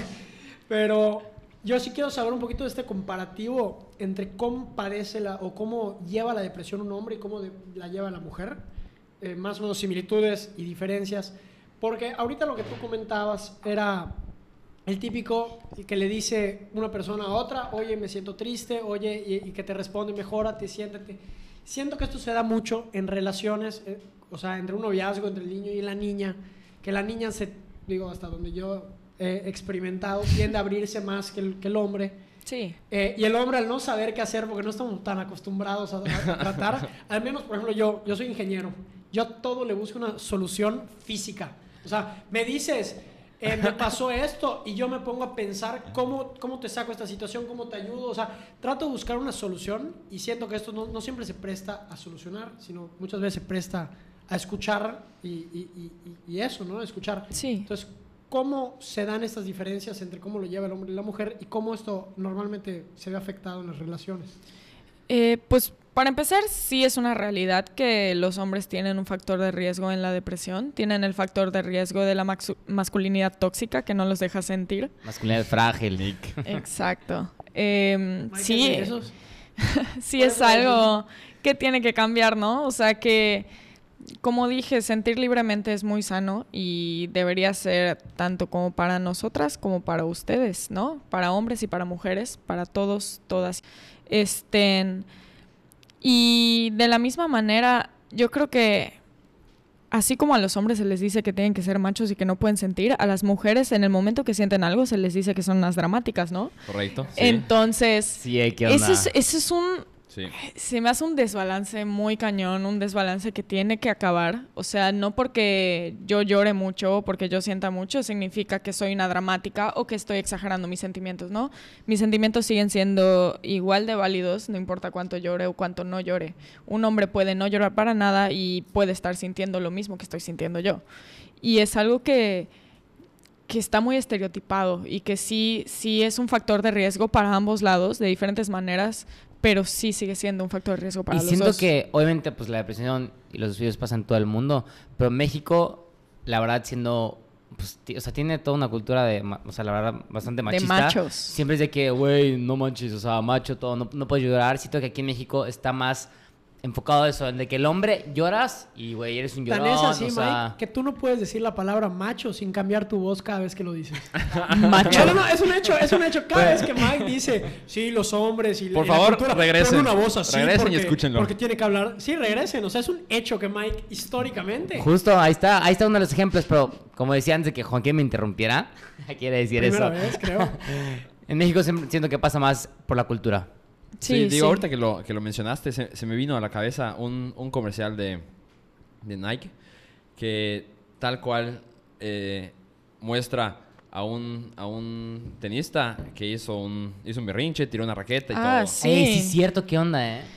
pero yo sí quiero saber un poquito de este comparativo entre cómo padece la, o cómo lleva la depresión un hombre y cómo de- la lleva la mujer. Eh, más o menos similitudes y diferencias. Porque ahorita lo que tú comentabas era el típico que le dice una persona a otra, oye, me siento triste, oye, y, y que te responde, mejórate, siéntate. Siento que esto se da mucho en relaciones, eh, o sea, entre un noviazgo, entre el niño y la niña, que la niña se, digo, hasta donde yo he experimentado, tiende a abrirse más que el, que el hombre. Sí. Eh, y el hombre, al no saber qué hacer, porque no estamos tan acostumbrados a, a- a tratar, al menos, por ejemplo, yo, yo soy ingeniero, yo a todo le busco una solución física. O sea, me dices, eh, me pasó esto, y yo me pongo a pensar cómo, cómo te saco esta situación, cómo te ayudo. O sea, trato de buscar una solución, y siento que esto no, no siempre se presta a solucionar, sino muchas veces se presta a escuchar y, y, y, y eso, ¿no? Escuchar. Sí. Entonces, ¿cómo se dan estas diferencias entre cómo lo lleva el hombre y la mujer y cómo esto normalmente se ve afectado en las relaciones? Eh, pues para empezar, sí es una realidad que los hombres tienen un factor de riesgo en la depresión. Tienen el factor de riesgo de la maxu- masculinidad tóxica que no los deja sentir. Masculinidad frágil, Nick. Exacto. Eh, ¿No hay sí, que esos? sí ¿Cuál es es la algo que tiene que cambiar, ¿no? O sea que, como dije, sentir libremente es muy sano y debería ser tanto como para nosotras como para ustedes, ¿no? Para hombres y para mujeres, para todos, todas. Estén... Y de la misma manera, yo creo que así como a los hombres se les dice que tienen que ser machos y que no pueden sentir, a las mujeres en el momento que sienten algo se les dice que son unas dramáticas, ¿no? Correcto. Sí. Entonces, Sí, ¿qué onda? eso es, eso es un... Sí. Se me hace un desbalance muy cañón, un desbalance que tiene que acabar. O sea, no porque yo llore mucho o porque yo sienta mucho significa que soy una dramática o que estoy exagerando mis sentimientos, ¿no? Mis sentimientos siguen siendo igual de válidos, no importa cuánto llore o cuánto no llore. Un hombre puede no llorar para nada y puede estar sintiendo lo mismo que estoy sintiendo yo. Y es algo que, que está muy estereotipado y que sí, sí es un factor de riesgo para ambos lados, de diferentes maneras, pero sí sigue siendo un factor de riesgo para y los siento dos. que, obviamente, pues la depresión y los suicidios pasan en todo el mundo, pero México, la verdad, siendo... Pues, o sea, tiene toda una cultura de... O sea, la verdad, bastante machista. De machos. Siempre es de que, güey, no manches, o sea, macho, todo, no, no puedes llorar. Siento que aquí en México está más enfocado a eso, en de que el hombre lloras y, güey, eres un llorón, Tan es así, o sea... Mike, que tú no puedes decir la palabra macho sin cambiar tu voz cada vez que lo dices. Macho. No, no, no, es un hecho, es un hecho. Cada vez que Mike dice, sí, los hombres y Por y la favor, cultura, regresen. pone una voz así Regresen y porque, escúchenlo. porque tiene que hablar. Sí, regresen. O sea, es un hecho que Mike, históricamente, Justo, ahí está, ahí está uno de los ejemplos, pero como decía antes de que Joaquín me interrumpiera, quiere decir primera eso. vez, creo. En México siempre siento que pasa más por la cultura. Sí, Sí, digo, sí. ahorita que lo, que lo mencionaste, se, se me vino a la cabeza un, un comercial de, de Nike que tal cual eh, muestra a un, a un tenista que hizo un, hizo un berrinche, tiró una raqueta y Ah, todo. sí. Ey, sí es cierto, ¿qué onda, eh?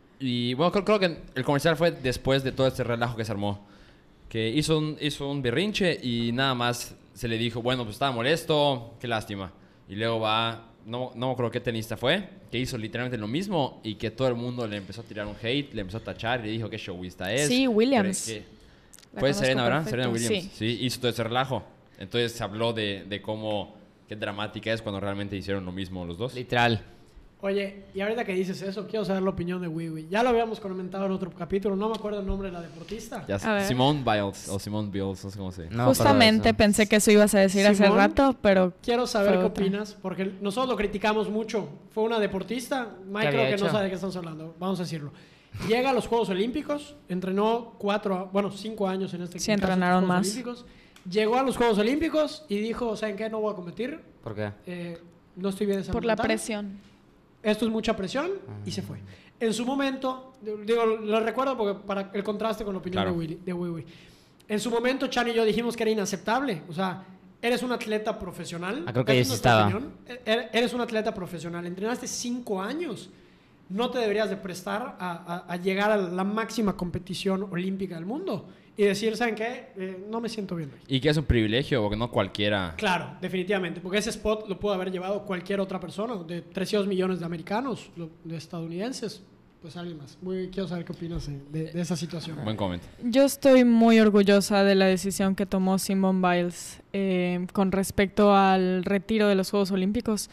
Y bueno, creo, creo que el comercial fue después de todo este relajo que se armó. Que hizo un, hizo un berrinche y nada más se le dijo, bueno, pues estaba molesto, qué lástima. Y luego va, no, no me acuerdo qué tenista fue, que hizo literalmente lo mismo y que todo el mundo le empezó a tirar un hate, le empezó a tachar y le dijo qué showista es. Sí, Williams. Pero es que- La Fue conozco Serena, ¿verdad? perfecto, Serena Williams. sí. Sí. hizo todo ese relajo. Entonces se habló de, de cómo, qué dramática es cuando realmente hicieron lo mismo los dos. Literal. Oye, y ahorita que dices eso, quiero saber la opinión de Wiwi. Ya lo habíamos comentado en otro capítulo, no me acuerdo el nombre de la deportista. Ya, A ver. Simone Biles o Simone Biles, no sé cómo se No, Justamente pero eso. pensé que eso ibas a decir hace Simón, rato, pero Quiero saber fue qué otra. opinas, porque nosotros lo criticamos mucho. Fue una deportista, Mike ¿Qué creo había que no hecho? sabe de qué estamos hablando, vamos a decirlo. Llega a los Juegos Olímpicos, entrenó cuatro, bueno, cinco años en este Sí, caso, en los entrenaron Juegos más. Olímpicos. Llegó a los Juegos Olímpicos y dijo, ¿saben qué? No voy a competir, ¿Por qué? eh, no estoy bien de salud por la mental. presión. Esto es mucha presión y se fue. En su momento, digo, lo recuerdo porque para el contraste con la opinión Claro. de Willy, de Wiwi. En su momento, Chan y yo dijimos que era inaceptable. O sea, eres un atleta profesional. Ah, creo que esa yo es sí nuestra estaba. opinión. E- Eres un atleta profesional. Entrenaste cinco años. No te deberías de prestar a, a- a llegar a la máxima competición olímpica del mundo y decir, ¿saben qué? Eh, no me siento bien hoy. Y que es un privilegio, porque no cualquiera... Claro, definitivamente, porque ese spot lo pudo haber llevado cualquier otra persona, de trescientos millones de americanos, lo- de estadounidenses, pues alguien más. Muy, quiero saber qué opinas de, de- de esa situación. Buen comentario. Yo estoy muy orgullosa de la decisión que tomó Simone Biles eh, con respecto al retiro de los Juegos Olímpicos.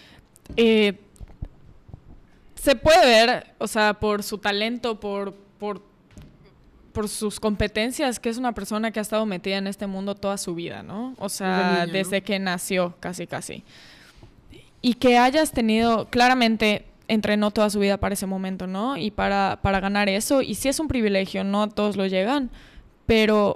Eh, se puede ver, o sea, por su talento, por, por, por sus competencias, que es una persona que ha estado metida en este mundo toda su vida, ¿no? O sea, Desde niña, ¿no? desde que nació, casi, casi. Y que hayas tenido, claramente entrenó toda su vida para ese momento, ¿no? Y para, para ganar eso. Y sí es un privilegio, no todos lo llegan, pero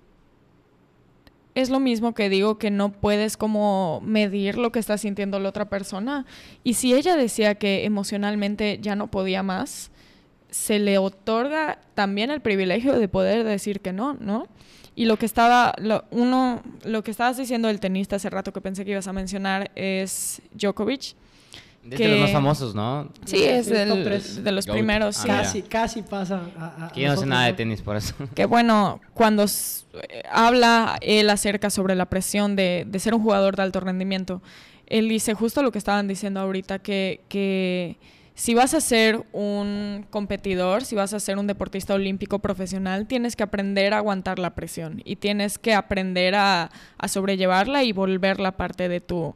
es lo mismo que digo, que no puedes como medir lo que está sintiendo la otra persona. Y si ella decía que emocionalmente ya no podía más, se le otorga también el privilegio de poder decir que no, ¿no? Y lo que estaba, lo, uno, lo que estabas diciendo del tenista hace rato que pensé que ibas a mencionar es Djokovic, Es que- de los más famosos, ¿no? Sí, es Sí, top del- tres. de los Goat. primeros. Ah, sí. mira. Casi, casi pasa a, a Que yo no sé nosotros, nada de ¿no? tenis, por eso. Que bueno, cuando s- eh, habla él acerca sobre la presión de, de ser un jugador de alto rendimiento, él dice justo lo que estaban diciendo ahorita, que, que si vas a ser un competidor, si vas a ser un deportista olímpico profesional, tienes que aprender a aguantar la presión y tienes que aprender a, a sobrellevarla y volverla parte de tu,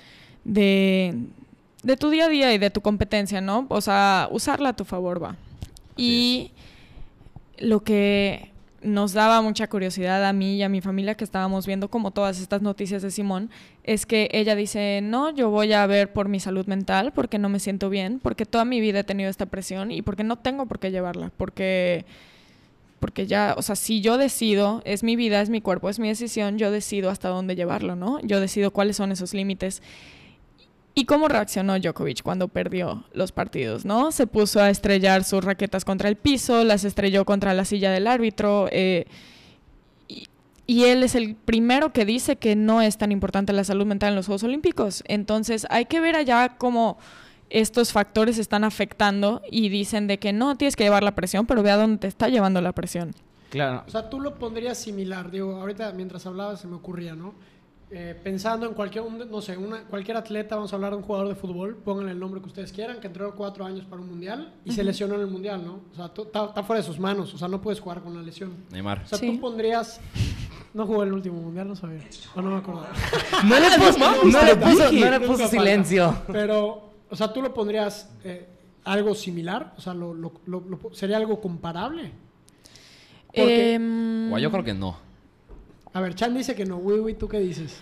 de, de tu día a día y de tu competencia, ¿no? O sea, usarla a tu favor, va. Y lo que nos daba mucha curiosidad a mí y a mi familia, que estábamos viendo como todas estas noticias de Simón, es que ella dice, no, yo voy a ver por mi salud mental porque no me siento bien, porque toda mi vida he tenido esta presión y porque no tengo por qué llevarla, porque, porque ya, o sea, si yo decido, es mi vida, es mi cuerpo, es mi decisión, yo decido hasta dónde llevarlo, ¿no? Yo decido cuáles son esos límites. ¿Y cómo reaccionó Djokovic cuando perdió los partidos, no? Se puso a estrellar sus raquetas contra el piso, las estrelló contra la silla del árbitro, eh, y, y él es el primero que dice que no es tan importante la salud mental en los Juegos Olímpicos. Entonces hay que ver allá cómo estos factores están afectando y dicen de que no, tienes que llevar la presión, pero ve a dónde te está llevando la presión. Claro. O sea, tú lo pondrías similar. Digo, ahorita mientras hablaba se me ocurría, ¿no? Eh, pensando en cualquier, un- no sé, una, cualquier atleta, vamos a hablar de un jugador de fútbol, pónganle el nombre que ustedes quieran, que entrenó cuatro años para un mundial y se lesionó en el mundial, ¿no? O sea, tú- está está fuera de sus manos, o sea, no puedes jugar con la lesión. Neymar. O sea, Sí. tú pondrías... No jugó el último mundial, no sabía. O no me acuerdo. No le puso, no le puso, no le Nunca puso falta. silencio. Pero, o sea, tú lo pondrías eh, algo similar, o sea, lo, lo- lo- lo- ¿sería algo comparable? Porque- Em, Guau, yo creo que no. A ver, Chan dice que no. Wiwi, ¿tú qué dices?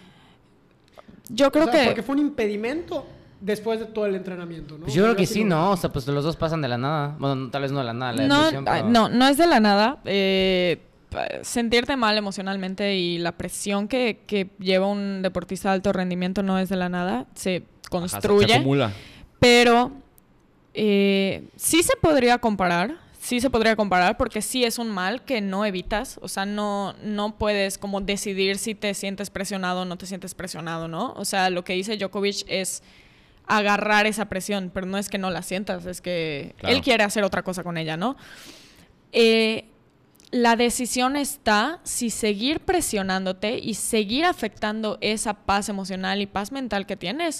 yo creo O sea, que... porque fue un impedimento después de todo el entrenamiento, ¿no? Pues yo creo que así sí, lo- ¿no? O sea, pues los dos pasan de la nada. Bueno, tal vez no de la nada, la No, depresión, ah, pero... no, no es de la nada. Eh, pa- sentirte mal emocionalmente y la presión que, que lleva un deportista de alto rendimiento no es de la nada. Se Ajá, se- construye. Se acumula. Pero eh, sí se podría comparar, sí se podría comparar porque sí es un mal que no evitas, o sea, no, no puedes como decidir si te sientes presionado o no te sientes presionado, ¿no? O sea, lo que dice Djokovic es agarrar esa presión, pero no es que no la sientas, es que Claro. él quiere hacer otra cosa con ella, ¿no? Eh, la decisión está si seguir presionándote y seguir afectando esa paz emocional y paz mental que tienes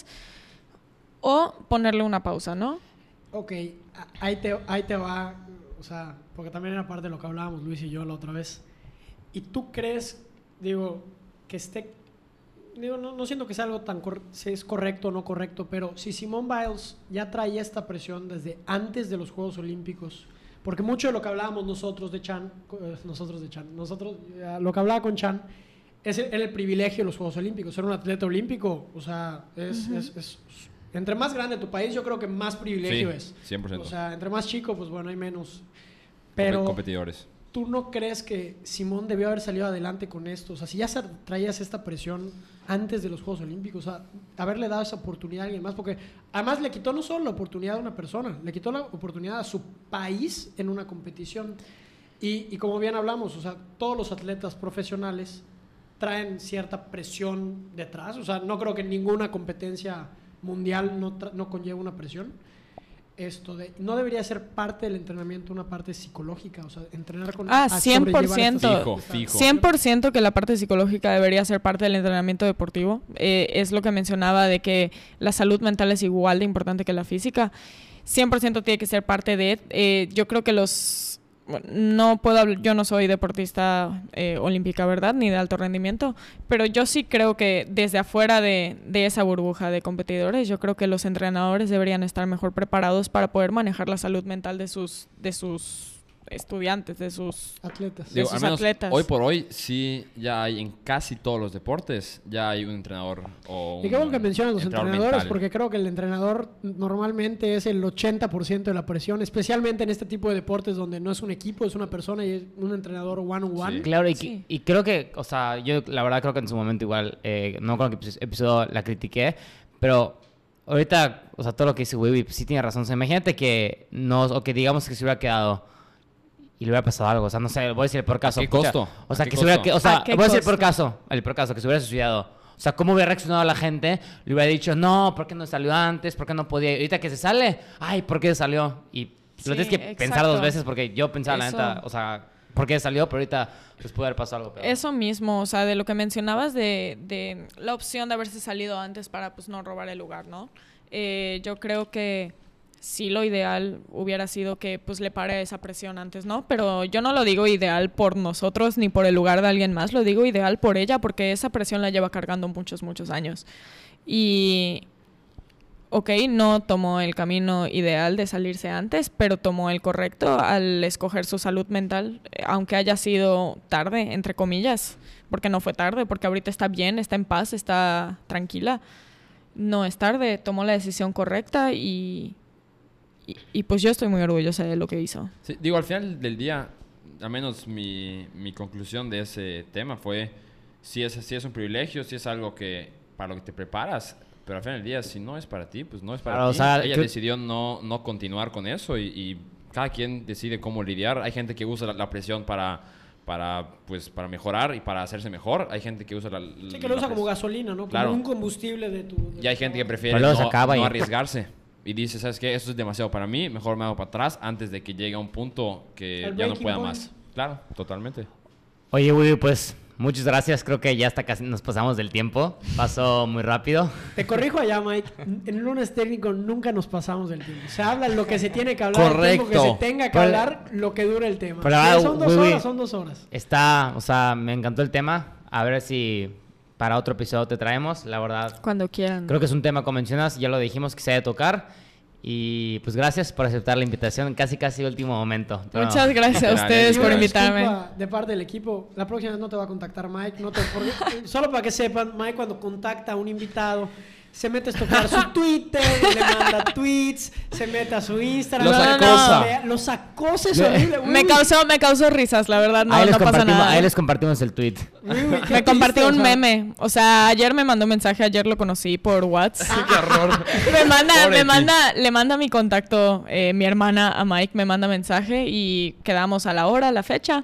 o ponerle una pausa, ¿no? Ok, a- ahí te, ahí te va, o sea, porque también era parte de lo que hablábamos Luis y yo la otra vez. ¿Y tú crees, digo, que esté, digo, no, no siento que sea algo tan, cor- si es correcto o no correcto, pero si Simone Biles ya traía esta presión desde antes de los Juegos Olímpicos, porque mucho de lo que hablábamos nosotros de Chan, eh, nosotros de Chan, nosotros, eh, lo que hablaba con Chan, es el, el privilegio de los Juegos Olímpicos, ser un atleta olímpico, o sea, es, es, es- entre más grande tu país, yo creo que más privilegio Sí, es. cien por ciento. O sea, entre más chico, pues bueno, hay menos. Compe- Pero, competidores. ¿tú no crees que Simón debió haber salido adelante con esto? O sea, si ya se- traías esta presión antes de los Juegos Olímpicos, o sea, haberle dado esa oportunidad a alguien más, porque además le quitó no solo la oportunidad a una persona, le quitó la oportunidad a su país en una competición. Y, y como bien hablamos, o sea, todos los atletas profesionales traen cierta presión detrás. O sea, no creo que ninguna competencia mundial no, tra- no conlleva una presión. Esto de, no debería ser parte del entrenamiento una parte psicológica, o sea, entrenar con Ah, a cien por sobrellevar ciento. esta- Fijo, esta- fijo. cien por ciento que la parte psicológica debería ser parte del entrenamiento deportivo. Eh, es lo que mencionaba de que la salud mental es igual de importante que la física. cien por ciento tiene que ser parte de... eh, yo creo que los... bueno, no puedo hablar, yo no soy deportista eh, olímpica, ¿verdad? Ni de alto rendimiento, pero yo sí creo que desde afuera de, de esa burbuja de competidores, yo creo que los entrenadores deberían estar mejor preparados para poder manejar la salud mental de sus, de sus estudiantes, de sus... atletas. de Digo, sus al menos atletas. hoy por hoy sí ya hay en casi todos los deportes, ya hay un entrenador o un Y qué bueno que mencionas los entrenador entrenadores, mental. porque creo que el entrenador normalmente es el ochenta por ciento de la presión, especialmente en este tipo de deportes donde no es un equipo, es una persona y es un entrenador one-on-one. Sí. Claro, y, Sí. y creo que, o sea, yo la verdad creo que en su momento igual, eh, no con el episodio la critiqué, pero ahorita, o sea, todo lo que dice Wiwi, pues sí tiene razón. O sea, imagínate que nos, o que digamos que se hubiera quedado y le hubiera pasado algo. O sea, no sé, voy a decir el por caso. qué pucha, costo? O sea, ¿A que qué se hubiera, costo? que- o sea, ¿A qué voy a decir el por costo? caso, el por caso, que se hubiera suicidado. O sea, ¿cómo hubiera reaccionado la gente? Le hubiera dicho, no, ¿por qué no salió antes? ¿Por qué no podía? Y ahorita que se sale, ay, ¿por qué salió? Y Sí, lo tienes que exacto. pensar dos veces porque yo pensaba, Eso. la neta, o sea, ¿por qué salió? Pero ahorita pues puede haber pasado algo peor. Eso mismo, o sea, de lo que mencionabas de, de la opción de haberse salido antes para pues no robar el lugar, ¿no? Eh, yo creo que sí lo ideal hubiera sido que pues le pare esa presión antes, ¿no? Pero yo no lo digo ideal por nosotros ni por el lugar de alguien más, lo digo ideal por ella porque esa presión la lleva cargando muchos, muchos años. Y... ok, no tomó el camino ideal de salirse antes, pero tomó el correcto al escoger su salud mental, eh, aunque haya sido tarde, entre comillas, porque no fue tarde, porque ahorita está bien, está en paz, está tranquila. No es tarde, tomó la decisión correcta y, y, y pues yo estoy muy orgullosa de lo que hizo. Sí, digo, al final del día, al menos mi, mi conclusión de ese tema fue, si es, si es un privilegio, si es algo que para lo que te preparas, pero al final del día, si no es para ti, pues no es para Claro, ti. o sea, Ella que- decidió no, no continuar con eso y, y cada quien decide cómo lidiar. Hay gente que usa la, la presión para, para, pues, para mejorar y para hacerse mejor. Hay gente que usa la... Sí, que lo la usa como pres- gasolina, ¿no? Como Claro. un combustible de tu... de Y hay tu gente que trabajo. prefiere Pero luego se no, acaba no y- arriesgarse. Y dice, ¿sabes qué? Esto es demasiado para mí. Mejor me hago para atrás antes de que llegue a un punto que El ya no breaking pueda point. más. Claro, totalmente. Oye, Woody, pues muchas gracias. Creo que ya hasta casi nos pasamos del tiempo. Pasó muy rápido. Te corrijo allá, Mike. En el lunes técnico nunca nos pasamos del tiempo. Se habla lo que se tiene que hablar, el tiempo que Correcto. se tenga que Pero- hablar, lo que dure el tema. pero la Si verdad, son dos Wiwi- horas, son dos horas. Está, o sea, me encantó el tema. A ver si para otro episodio te traemos. La verdad, Cuando quieran. creo que es un tema, como mencionas, ya lo dijimos que se debe tocar. Y pues gracias por aceptar la invitación. Casi, casi último momento. Pero- Muchas gracias a Literal, ustedes eh, por Una invitarme. disculpa de parte del equipo. La próxima vez no te va a contactar Mike. No te, porque- solo para que sepan, Mike cuando contacta a un invitado se mete a tocar su Twitter, le manda tweets, se mete a su Instagram. Los le- acosa. le- Los acosa, es horrible. Me Wiwi. causó, me causó risas, la verdad, no, ahí, les no pasa compartimos, nada. ahí les compartimos el tweet. Wiwi, qué Me triste, compartió o un sea, meme. O sea, ayer me mandó mensaje, ayer lo conocí por WhatsApp. ¡Qué horror! me manda, Pobre me ti. manda, le manda mi contacto, eh, mi hermana a Mike, me manda mensaje y quedamos a la hora, a la fecha.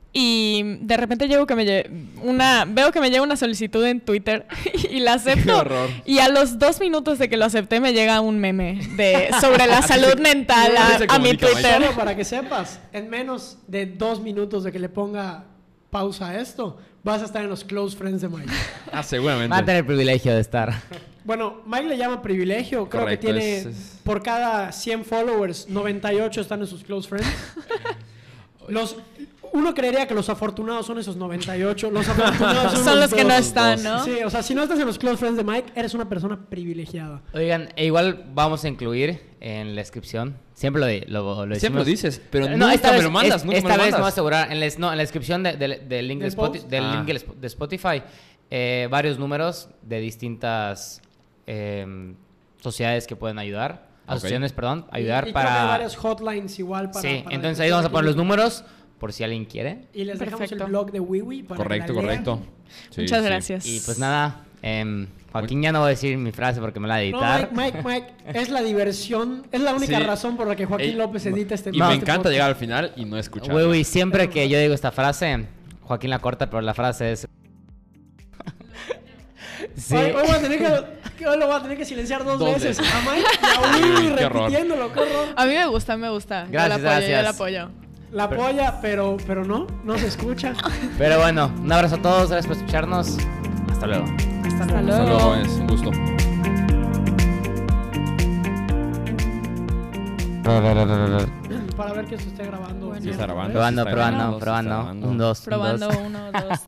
Y de repente llego que me lle- una, veo que me llega una solicitud en Twitter y la ¡Qué acepto. horror! Y a los dos minutos de que lo acepté me llega un meme de sobre la Así salud se- mental así a, se a mi comunica, Mike. Twitter. Solo para que sepas, en menos de dos minutos de que le ponga pausa a esto, vas a estar en los close friends de Mike. Ah, seguramente. Va a tener el privilegio de estar. Bueno, Mike le llama privilegio. Creo Correcto, que tiene es- es- por cada cien followers, noventa y ocho están en sus close friends. Los, uno creería que los afortunados son esos noventa y ocho. Los afortunados son, Son los que no dos. están, ¿no? Sí, o sea, si no estás en los close friends de Mike, eres una persona privilegiada. Oigan, e igual vamos a incluir en la descripción. Siempre lo, de- lo, lo Siempre lo decimos. dices, pero No, nunca esta me vez- lo mandas, es- nunca esta me lo vez me voy a mandas. asegurar. En, la- no, en la descripción de- de- del link, de, ¿Del Spoti- post? del Ah. link del Sp- de Spotify, eh, varios números de distintas eh, sociedades que pueden ayudar. Ok. Asociaciones, perdón, Y- ayudar y, creo que hay para... varios hotlines igual para... Sí, para entonces ahí vamos a poner los números. números por si alguien quiere. Y les dejamos Perfecto. el blog de Wiwi para Correcto, que la lean. correcto. Sí, Muchas sí. gracias. Y pues nada, em, Joaquín ya no voy a decir mi frase porque me la va a No, editar. Mike, Mike, Mike, es la diversión, es la única Sí. razón por la que Joaquín Ey, López edita este Y este me encanta podcast. llegar al final y no escuchar. Güey, güey, siempre que yo digo esta frase, Joaquín la corta, pero la frase es... sí. Hoy, hoy voy a tener que, hoy lo voy a tener que silenciar dos, Dos veces. veces. A Mike y a Wiwi Qué horror. repitiéndolo, qué horror. A mí me gusta, me gusta. Gracias, yo la apoyo, yo la gracias. apoyo. La apoya, pero, pero no, no se escucha. Pero bueno, un abrazo a todos, gracias por escucharnos. Hasta luego. Hasta Hasta luego. Hasta luego. luego, es un gusto. Para ver que se esté grabando. Bueno. Sí, está grabando. Probando, está probando, grabando, sí está probando. grabando. Un, dos, un, Probando dos. uno, dos.